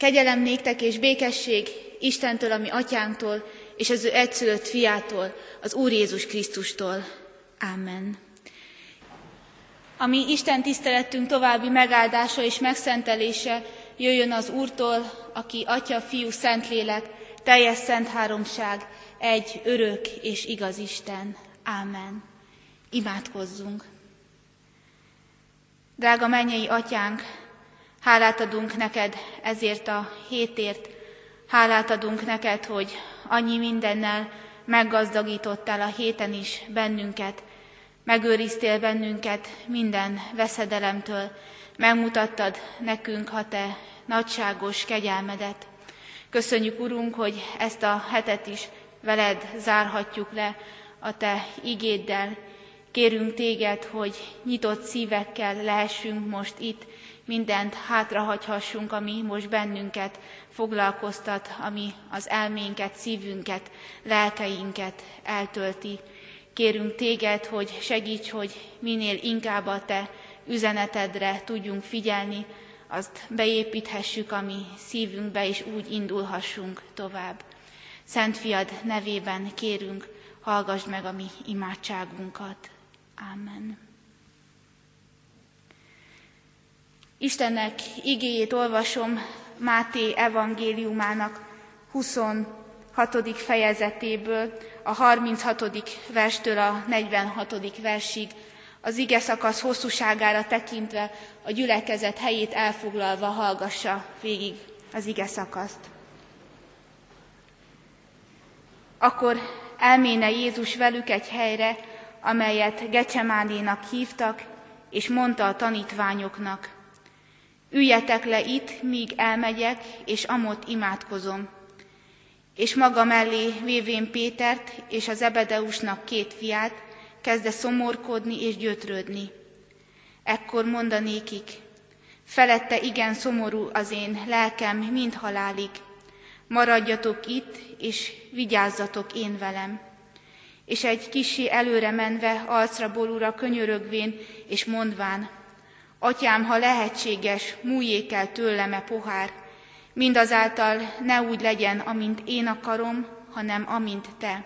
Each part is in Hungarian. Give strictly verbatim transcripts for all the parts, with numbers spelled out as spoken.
Kegyelem néktek és békesség Istentől, a mi atyánktól, és az ő egyszülött fiától, az Úr Jézus Krisztustól. Amen. A mi Isten tiszteletünk további megáldása és megszentelése jöjjön az Úrtól, aki Atya, Fiú, Szentlélek, teljes szent háromság, egy örök és igaz Isten. Amen. Imádkozzunk. Drága mennyei Atyánk, hálát adunk neked ezért a hétért, hálát adunk neked, hogy annyi mindennel meggazdagítottál a héten is bennünket, megőriztél bennünket minden veszedelemtől, megmutattad nekünk a te nagyságos kegyelmedet. Köszönjük, Urunk, hogy ezt a hetet is veled zárhatjuk le a te igéddel. Kérünk téged, hogy nyitott szívekkel lehessünk most itt, mindent hátrahagyhassunk, ami most bennünket foglalkoztat, ami az elménket, szívünket, lelkeinket eltölti. Kérünk téged, hogy segíts, hogy minél inkább a te üzenetedre tudjunk figyelni, azt beépíthessük a mi szívünkbe, és úgy indulhassunk tovább. Szent Fiad nevében kérünk, hallgassd meg a mi imádságunkat. Amen. Istennek igéjét olvasom Máté evangéliumának huszonhatodik fejezetéből, a harminchatodik verstől a negyvenhatodik versig, az ige szakasz hosszúságára tekintve, a gyülekezet helyét elfoglalva hallgassa végig az ige szakaszt. Akkor elméne Jézus velük egy helyre, amelyet Gecsemánénak hívtak, és mondta a tanítványoknak: üljetek le itt, míg elmegyek, és amott imádkozom. És maga mellé vévén Pétert és az Zebedeusnak két fiát, kezdte szomorkodni és gyötrődni. Ekkor mondanékik: felette igen szomorú az én lelkem, mind halálig. Maradjatok itt, és vigyázzatok én velem. És egy kissé előre menve arcra borúra könyörögvén, és mondván: Atyám, ha lehetséges, múljék el tőlem e pohár, mindazáltal ne úgy legyen, amint én akarom, hanem amint te.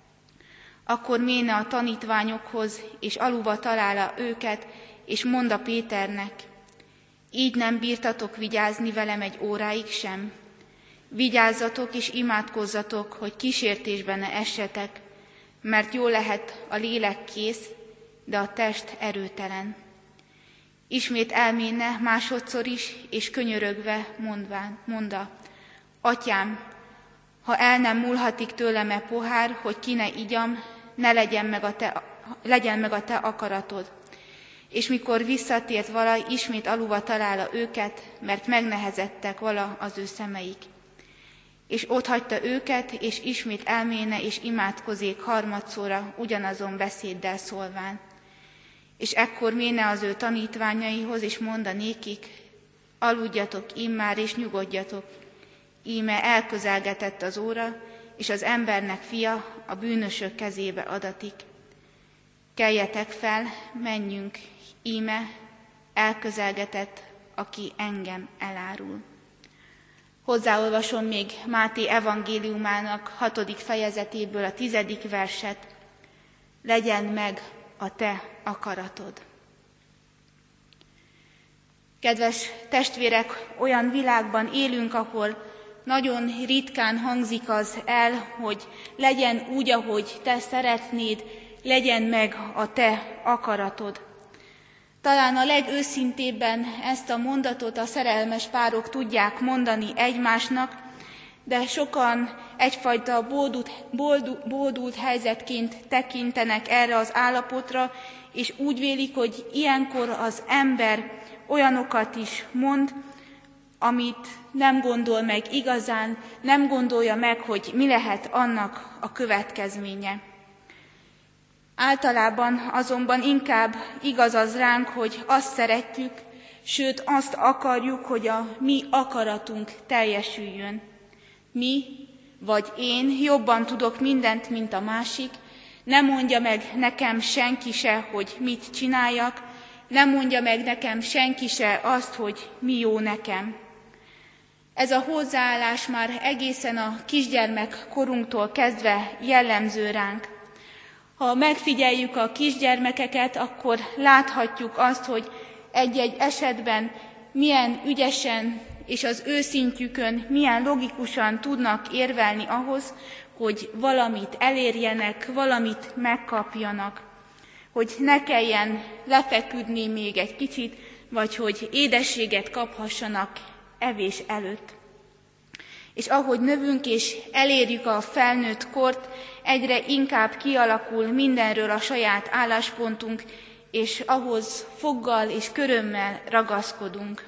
Akkor méne a tanítványokhoz, és aluva találja őket, és monda Péternek: így nem bírtatok vigyázni velem egy óráig sem? Vigyázzatok és imádkozzatok, hogy kísértésben ne essetek, mert jó lehet a lélek kész, de a test erőtelen. Ismét elméne másodszor is, és könyörögve mondván, monda: Atyám, ha el nem múlhatik tőlem e pohár, hogy ki ne igyam, ne legyen meg a te, legyen meg a te akaratod. És mikor visszatért vala, ismét aluva találja őket, mert megnehezettek vala az ő szemeik. És otthagyta őket, és ismét elméne és imádkozék harmadszorra ugyanazon beszéddel szólván. És ekkor méne az ő tanítványaihoz, és mondanékik: aludjatok immár, és nyugodjatok. Íme elközelgetett az óra, és az embernek fia a bűnösök kezébe adatik. Keljetek fel, menjünk, íme elközelgetett, aki engem elárul. Hozzáolvasom még Máté evangéliumának hatodik fejezetéből a tizedik verset: legyen meg a te akaratod. Kedves testvérek, olyan világban élünk, ahol nagyon ritkán hangzik az el, hogy legyen úgy, ahogy te szeretnéd, legyen meg a te akaratod. Talán a legőszintébben ezt a mondatot a szerelmes párok tudják mondani egymásnak, de sokan egyfajta boldult, boldult, boldult helyzetként tekintenek erre az állapotra, és úgy vélik, hogy ilyenkor az ember olyanokat is mond, amit nem gondol meg igazán, nem gondolja meg, hogy mi lehet annak a következménye. Általában azonban inkább igaz az ránk, hogy azt szeretjük, sőt azt akarjuk, hogy a mi akaratunk teljesüljön. Mi, vagy én jobban tudok mindent, mint a másik, nem mondja meg nekem senki se, hogy mit csináljak, nem mondja meg nekem senki se azt, hogy mi jó nekem. Ez a hozzáállás már egészen a kisgyermek korunktól kezdve jellemző ránk. Ha megfigyeljük a kisgyermekeket, akkor láthatjuk azt, hogy egy-egy esetben milyen ügyesen és az ő szintjükön milyen logikusan tudnak érvelni ahhoz, hogy valamit elérjenek, valamit megkapjanak. Hogy ne kelljen lefeküdni még egy kicsit, vagy hogy édességet kaphassanak evés előtt. És ahogy növünk és elérjük a felnőtt kort, egyre inkább kialakul mindenről a saját álláspontunk, és ahhoz foggal és körömmel ragaszkodunk.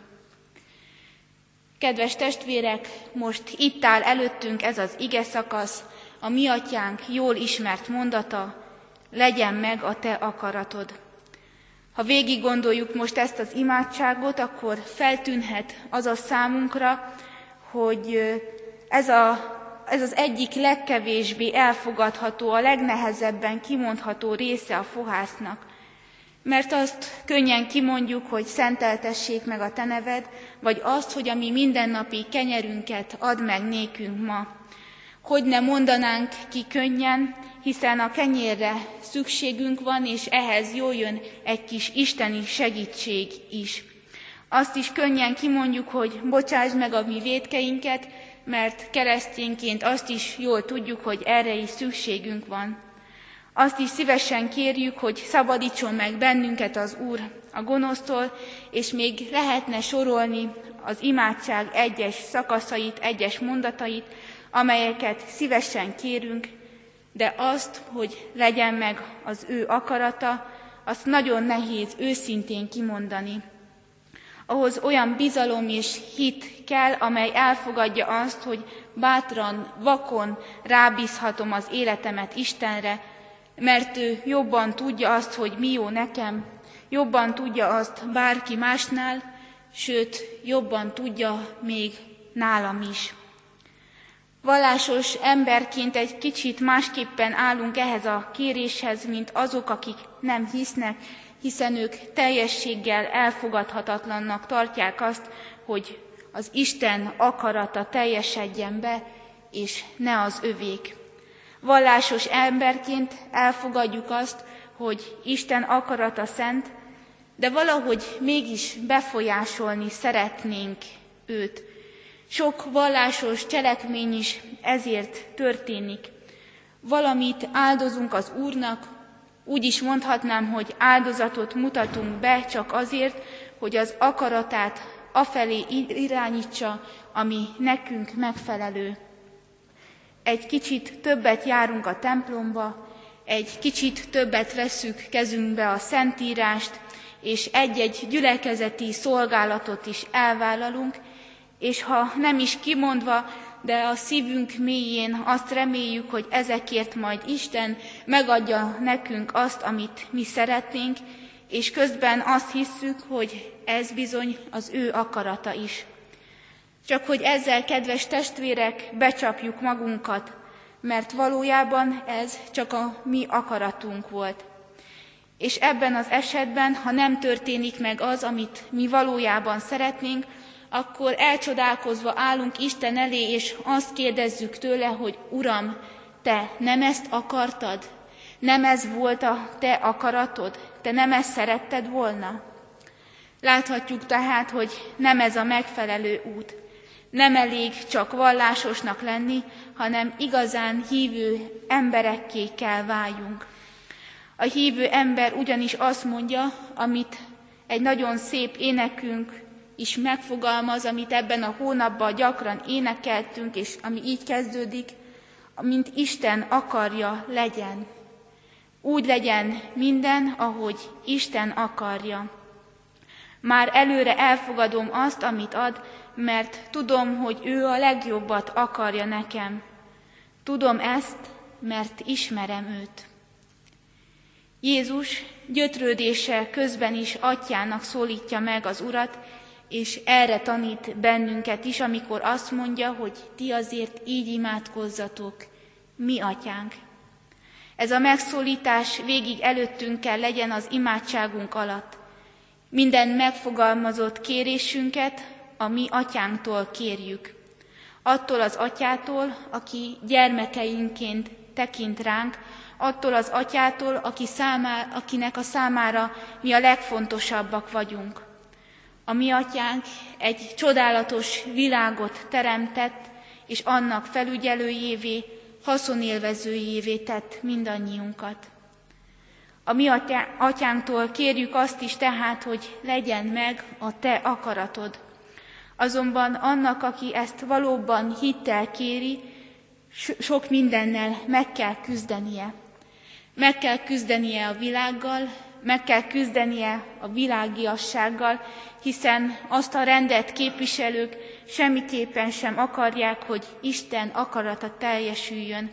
Kedves testvérek, most itt áll előttünk ez az ige szakasz, a mi atyánk jól ismert mondata, legyen meg a te akaratod. Ha végig gondoljuk most ezt az imádságot, akkor feltűnhet az a számunkra, hogy ez, a, ez az egyik legkevésbé elfogadható, a legnehezebben kimondható része a fohásznak. Mert azt könnyen kimondjuk, hogy szenteltessék meg a te neved, vagy azt, hogy a mi mindennapi kenyerünket add meg nékünk ma. Hogy ne mondanánk ki könnyen, hiszen a kenyérre szükségünk van, és ehhez jól jön egy kis isteni segítség is. Azt is könnyen kimondjuk, hogy bocsásd meg a mi vétkeinket, mert keresztényként azt is jól tudjuk, hogy erre is szükségünk van. Azt is szívesen kérjük, hogy szabadítson meg bennünket az Úr a gonosztól, és még lehetne sorolni az imádság egyes szakaszait, egyes mondatait, amelyeket szívesen kérünk, de azt, hogy legyen meg az ő akarata, azt nagyon nehéz őszintén kimondani. Ahhoz olyan bizalom és hit kell, amely elfogadja azt, hogy bátran, vakon rábízhatom az életemet Istenre, mert ő jobban tudja azt, hogy mi jó nekem, jobban tudja azt bárki másnál, sőt, jobban tudja még nálam is. Vallásos emberként egy kicsit másképpen állunk ehhez a kéréshez, mint azok, akik nem hisznek, hiszen ők teljességgel elfogadhatatlannak tartják azt, hogy az Isten akarata teljesedjen be, és ne az övék. Vallásos emberként elfogadjuk azt, hogy Isten akarata szent, de valahogy mégis befolyásolni szeretnénk őt. Sok vallásos cselekmény is ezért történik. Valamit áldozunk az Úrnak, úgy is mondhatnám, hogy áldozatot mutatunk be csak azért, hogy az akaratát afelé irányítsa, ami nekünk megfelelő. Egy kicsit többet járunk a templomba, egy kicsit többet vesszük kezünkbe a Szentírást, és egy-egy gyülekezeti szolgálatot is elvállalunk, és ha nem is kimondva, de a szívünk mélyén azt reméljük, hogy ezekért majd Isten megadja nekünk azt, amit mi szeretnénk, és közben azt hisszük, hogy ez bizony az ő akarata is. Csak hogy ezzel, kedves testvérek, becsapjuk magunkat, mert valójában ez csak a mi akaratunk volt. És ebben az esetben, ha nem történik meg az, amit mi valójában szeretnénk, akkor elcsodálkozva állunk Isten elé, és azt kérdezzük tőle, hogy Uram, te nem ezt akartad? Nem ez volt a te akaratod? Te nem ezt szeretted volna? Láthatjuk tehát, hogy nem ez a megfelelő út. Nem elég csak vallásosnak lenni, hanem igazán hívő emberekké kell váljunk. A hívő ember ugyanis azt mondja, amit egy nagyon szép énekünk is megfogalmaz, amit ebben a hónapban gyakran énekeltünk, és ami így kezdődik, mint Isten akarja, legyen. Úgy legyen minden, ahogy Isten akarja. Már előre elfogadom azt, amit ad, mert tudom, hogy ő a legjobbat akarja nekem. Tudom ezt, mert ismerem őt. Jézus gyötrődése közben is atyának szólítja meg az Urat, és erre tanít bennünket is, amikor azt mondja, hogy ti azért így imádkozzatok, mi atyánk. Ez a megszólítás végig előttünk kell legyen az imádságunk alatt. Minden megfogalmazott kérésünket, a mi atyánktól kérjük. Attól az atyától, aki gyermekeinként tekint ránk, attól az atyától, aki számá, akinek a számára mi a legfontosabbak vagyunk. A mi atyánk egy csodálatos világot teremtett, és annak felügyelőjévé, haszonélvezőjévé tett mindannyiunkat. A mi atyánktól kérjük azt is tehát, hogy legyen meg a te akaratod. Azonban annak, aki ezt valóban hittel kéri, sok mindennel meg kell küzdenie. Meg kell küzdenie a világgal, meg kell küzdenie a világiassággal, hiszen azt a rendet képviselők semmiképpen sem akarják, hogy Isten akarata teljesüljön.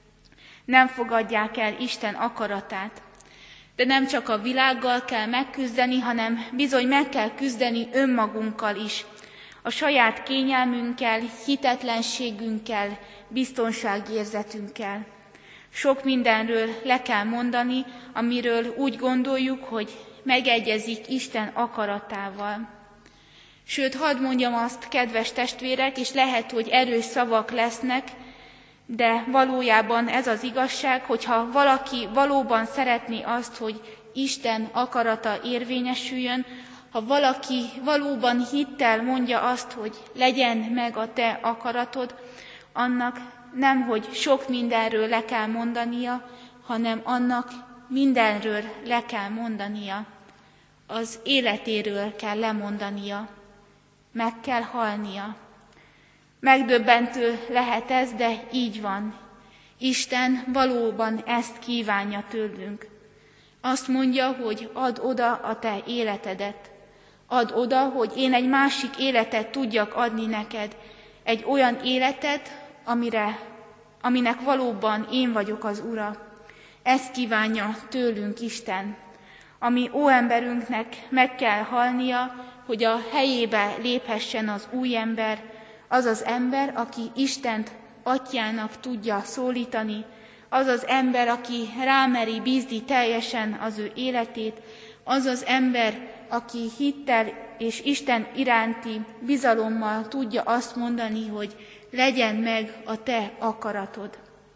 Nem fogadják el Isten akaratát. De nem csak a világgal kell megküzdeni, hanem bizony meg kell küzdeni önmagunkkal is. A saját kényelmünkkel, hitetlenségünkkel, biztonságérzetünkkel. Sok mindenről le kell mondani, amiről úgy gondoljuk, hogy megegyezik Isten akaratával. Sőt, hadd mondjam azt, kedves testvérek, és lehet, hogy erős szavak lesznek, de valójában ez az igazság, hogyha valaki valóban szeretné azt, hogy Isten akarata érvényesüljön, ha valaki valóban hittel mondja azt, hogy legyen meg a te akaratod, annak nem, hogy sok mindenről le kell mondania, hanem annak mindenről le kell mondania. Az életéről kell lemondania. Meg kell halnia. Megdöbbentő lehet ez, de így van. Isten valóban ezt kívánja tőlünk. Azt mondja, hogy add oda a te életedet. Add oda, hogy én egy másik életet tudjak adni neked. Egy olyan életet, amire, aminek valóban én vagyok az Ura. Ezt kívánja tőlünk Isten. Ami óemberünknek meg kell halnia, hogy a helyébe léphessen az új ember, az az ember, aki Istent atyának tudja szólítani, az az ember, aki rámeri bízni teljesen az ő életét, az az ember, aki hittel és Isten iránti bizalommal tudja azt mondani, hogy legyen meg a te akaratod.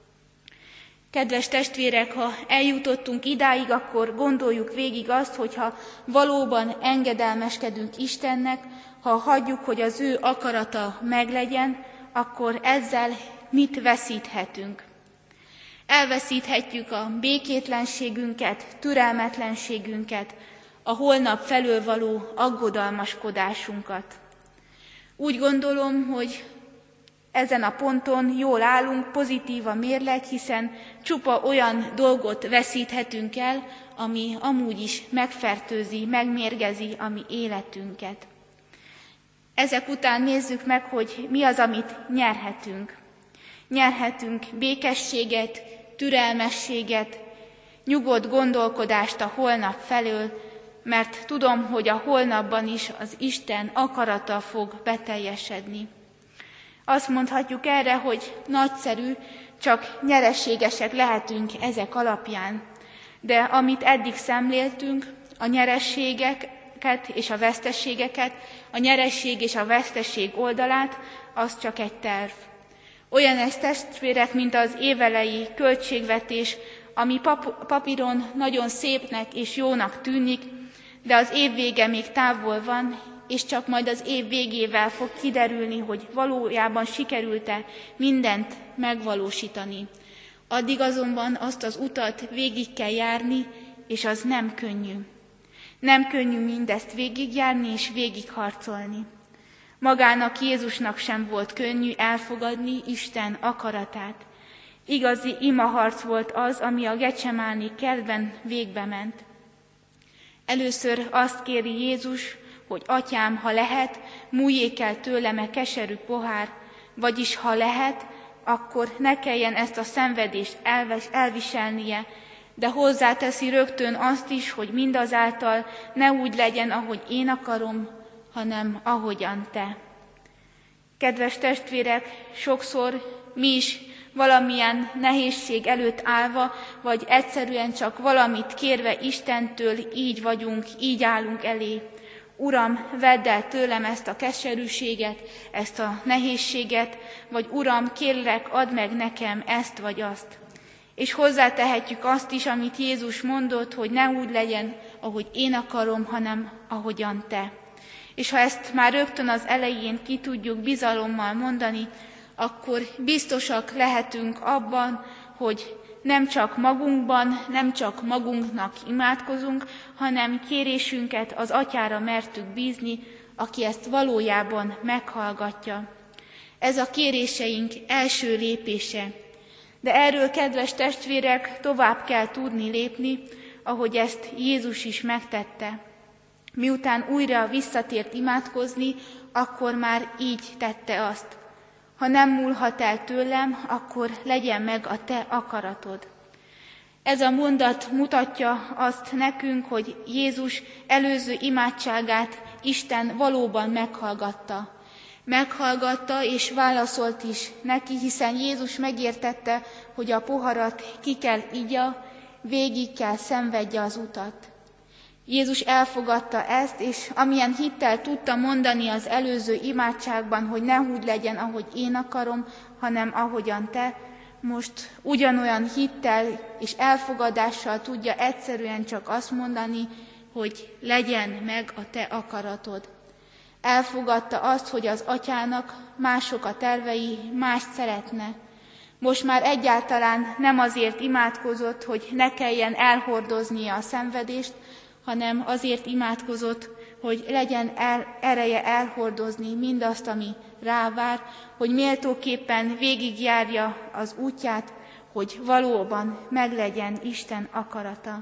Kedves testvérek, ha eljutottunk idáig, akkor gondoljuk végig azt, hogyha valóban engedelmeskedünk Istennek, ha hagyjuk, hogy az ő akarata meglegyen, akkor ezzel mit veszíthetünk? Elveszíthetjük a békétlenségünket, türelmetlenségünket, a holnap felől való aggodalmaskodásunkat. Úgy gondolom, hogy ezen a ponton jól állunk, pozitív a mérleg, hiszen csupa olyan dolgot veszíthetünk el, ami amúgy is megfertőzi, megmérgezi a mi életünket. Ezek után nézzük meg, hogy mi az, amit nyerhetünk. Nyerhetünk békességet, türelmességet, nyugodt gondolkodást a holnap felől, mert tudom, hogy a holnapban is az Isten akarata fog beteljesedni. Azt mondhatjuk erre, hogy nagyszerű, csak nyereségesek lehetünk ezek alapján. De amit eddig szemléltünk, a nyerességeket és a veszteségeket, a nyeresség és a veszteség oldalát, az csak egy terv. Olyan ez, testvérek, mint az évelei költségvetés, ami pap- papíron nagyon szépnek és jónak tűnik, de az év vége még távol van, és csak majd az év végével fog kiderülni, hogy valójában sikerült-e mindent megvalósítani. Addig azonban azt az utat végig kell járni, és az nem könnyű. Nem könnyű mindezt végigjárni és végigharcolni. Magának Jézusnak sem volt könnyű elfogadni Isten akaratát. Igazi imaharc volt az, ami a Gecsemáni kertben végbe ment. Először azt kéri Jézus, hogy atyám, ha lehet, múljék el tőlem e keserű pohár, vagyis ha lehet, akkor ne kelljen ezt a szenvedést elviselnie, de hozzáteszi rögtön azt is, hogy mindazáltal ne úgy legyen, ahogy én akarom, hanem ahogyan te. Kedves testvérek, sokszor mi is valamilyen nehézség előtt állva, vagy egyszerűen csak valamit kérve Istentől így vagyunk, így állunk elé. Uram, vedd el tőlem ezt a keserűséget, ezt a nehézséget, vagy Uram, kérlek, add meg nekem ezt vagy azt. És hozzátehetjük azt is, amit Jézus mondott, hogy ne úgy legyen, ahogy én akarom, hanem ahogyan te. És ha ezt már rögtön az elején ki tudjuk bizalommal mondani, akkor biztosak lehetünk abban, hogy nem csak magunkban, nem csak magunknak imádkozunk, hanem kérésünket az Atyára mertük bízni, aki ezt valójában meghallgatja. Ez a kéréseink első lépése. De erről, kedves testvérek, tovább kell tudni lépni, ahogy ezt Jézus is megtette. Miután újra visszatért imádkozni, akkor már így tette azt. Ha nem múlhat el tőlem, akkor legyen meg a te akaratod. Ez a mondat mutatja azt nekünk, hogy Jézus előző imádságát Isten valóban meghallgatta. Meghallgatta és válaszolt is neki, hiszen Jézus megértette, hogy a poharat ki kell igya, végig kell szenvedje az utat. Jézus elfogadta ezt, és amilyen hittel tudta mondani az előző imádságban, hogy ne úgy legyen, ahogy én akarom, hanem ahogyan te, most ugyanolyan hittel és elfogadással tudja egyszerűen csak azt mondani, hogy legyen meg a te akaratod. Elfogadta azt, hogy az Atyának mások a tervei, mást szeretne. Most már egyáltalán nem azért imádkozott, hogy ne kelljen elhordoznia a szenvedést, hanem azért imádkozott, hogy legyen el, ereje elhordozni mindazt, ami rávár, hogy méltóképpen végigjárja az útját, hogy valóban meglegyen Isten akarata.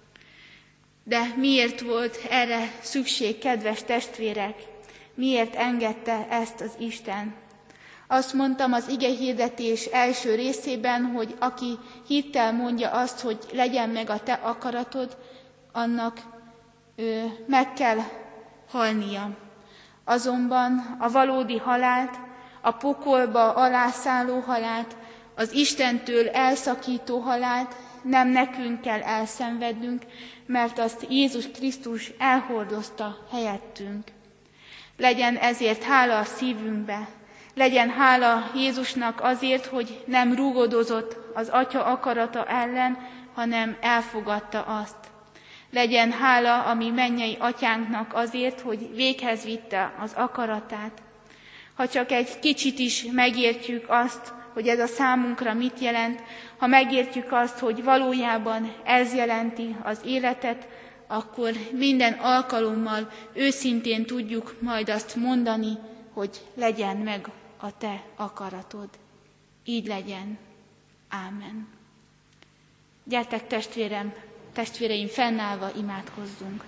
De miért volt erre szükség, kedves testvérek? Miért engedte ezt az Isten? Azt mondtam az igehirdetés első részében, hogy aki hittel mondja azt, hogy legyen meg a te akaratod, annak ö, meg kell halnia. Azonban a valódi halált, a pokolba alászálló halált, az Istentől elszakító halált nem nekünk kell elszenvednünk, mert azt Jézus Krisztus elhordozta helyettünk. Legyen ezért hála a szívünkbe, legyen hála Jézusnak azért, hogy nem rúgodozott az Atya akarata ellen, hanem elfogadta azt. Legyen hála a mi mennyei Atyánknak azért, hogy véghez vitte az akaratát. Ha csak egy kicsit is megértjük azt, hogy ez a számunkra mit jelent, ha megértjük azt, hogy valójában ez jelenti az életet, akkor minden alkalommal őszintén tudjuk majd azt mondani, hogy legyen meg a te akaratod. Így legyen. Ámen. Gyertek testvérem, testvéreim, fennállva imádkozzunk.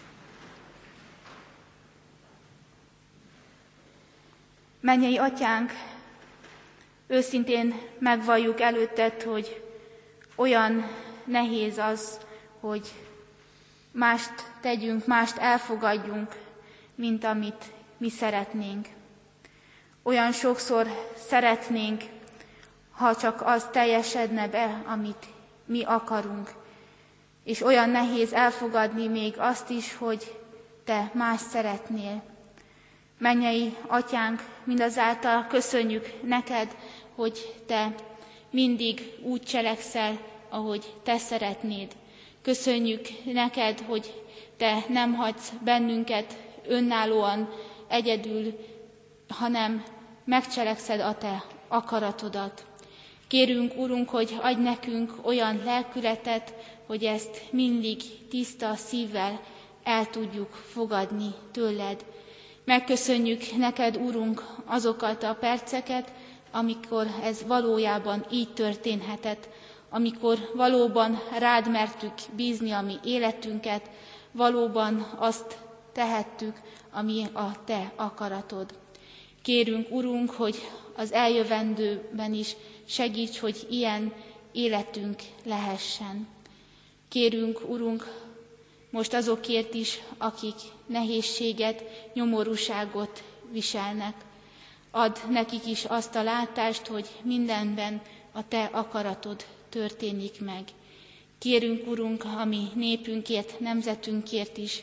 Mennyei Atyánk, őszintén megvalljuk előtted, hogy olyan nehéz az, hogy mást tegyünk, mást elfogadjunk, mint amit mi szeretnénk. Olyan sokszor szeretnénk, ha csak az teljesedne be, amit mi akarunk. És olyan nehéz elfogadni még azt is, hogy te más szeretnél. Mennyei Atyánk, mindazáltal köszönjük neked, hogy te mindig úgy cselekszel, ahogy te szeretnéd. Köszönjük neked, hogy te nem hagysz bennünket önállóan egyedül, hanem megcselekszed a te akaratodat. Kérünk, Urunk, hogy adj nekünk olyan lelkületet, hogy ezt mindig tiszta szívvel el tudjuk fogadni tőled. Megköszönjük neked, Urunk, azokat a perceket, amikor ez valójában így történhetett, amikor valóban rád mertük bízni a mi életünket, valóban azt tehettük, ami a te akaratod. Kérünk, Urunk, hogy az eljövendőben is segíts, hogy ilyen életünk lehessen. Kérünk, Urunk, most azokért is, akik nehézséget, nyomorúságot viselnek. Add nekik is azt a látást, hogy mindenben a te akaratod történik meg. Kérünk, Urunk, a mi népünkért, nemzetünkért is,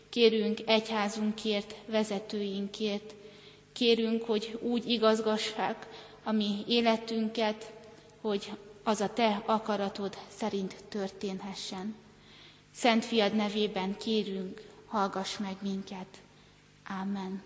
Kérünk egyházunkért, vezetőinkért, kérünk, hogy úgy igazgassák a mi életünket, hogy az a Te akaratod szerint történhessen. Szent Fiad nevében kérünk, hallgass meg minket. Ámen.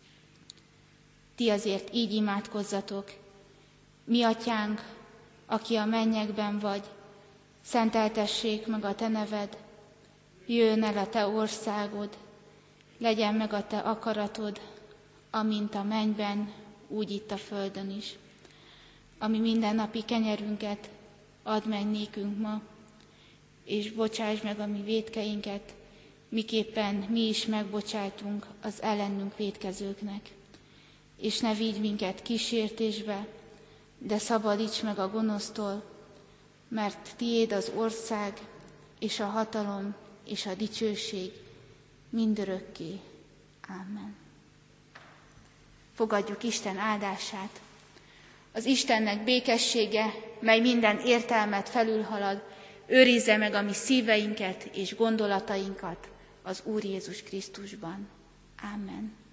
Ti azért így imádkozzatok: Mi atyánk, aki a mennyekben vagy, szenteltessék meg a Te neved, jöjjön el a Te országod, legyen meg a Te akaratod, amint a mennyben, úgy itt a földön is. Ami mindennapi kenyerünket add meg nékünk ma, és bocsáss meg a mi vétkeinket, miképpen mi is megbocsájtunk az ellenünk vétkezőknek. És ne vigy minket kísértésbe, de szabadíts meg a gonosztól, mert tiéd az ország, és a hatalom, és a dicsőség mindörökké. Ámen. Fogadjuk Isten áldását. Az Istennek békessége, mely minden értelmet felülhalad, őrizze meg a mi szíveinket és gondolatainkat az Úr Jézus Krisztusban. Ámen.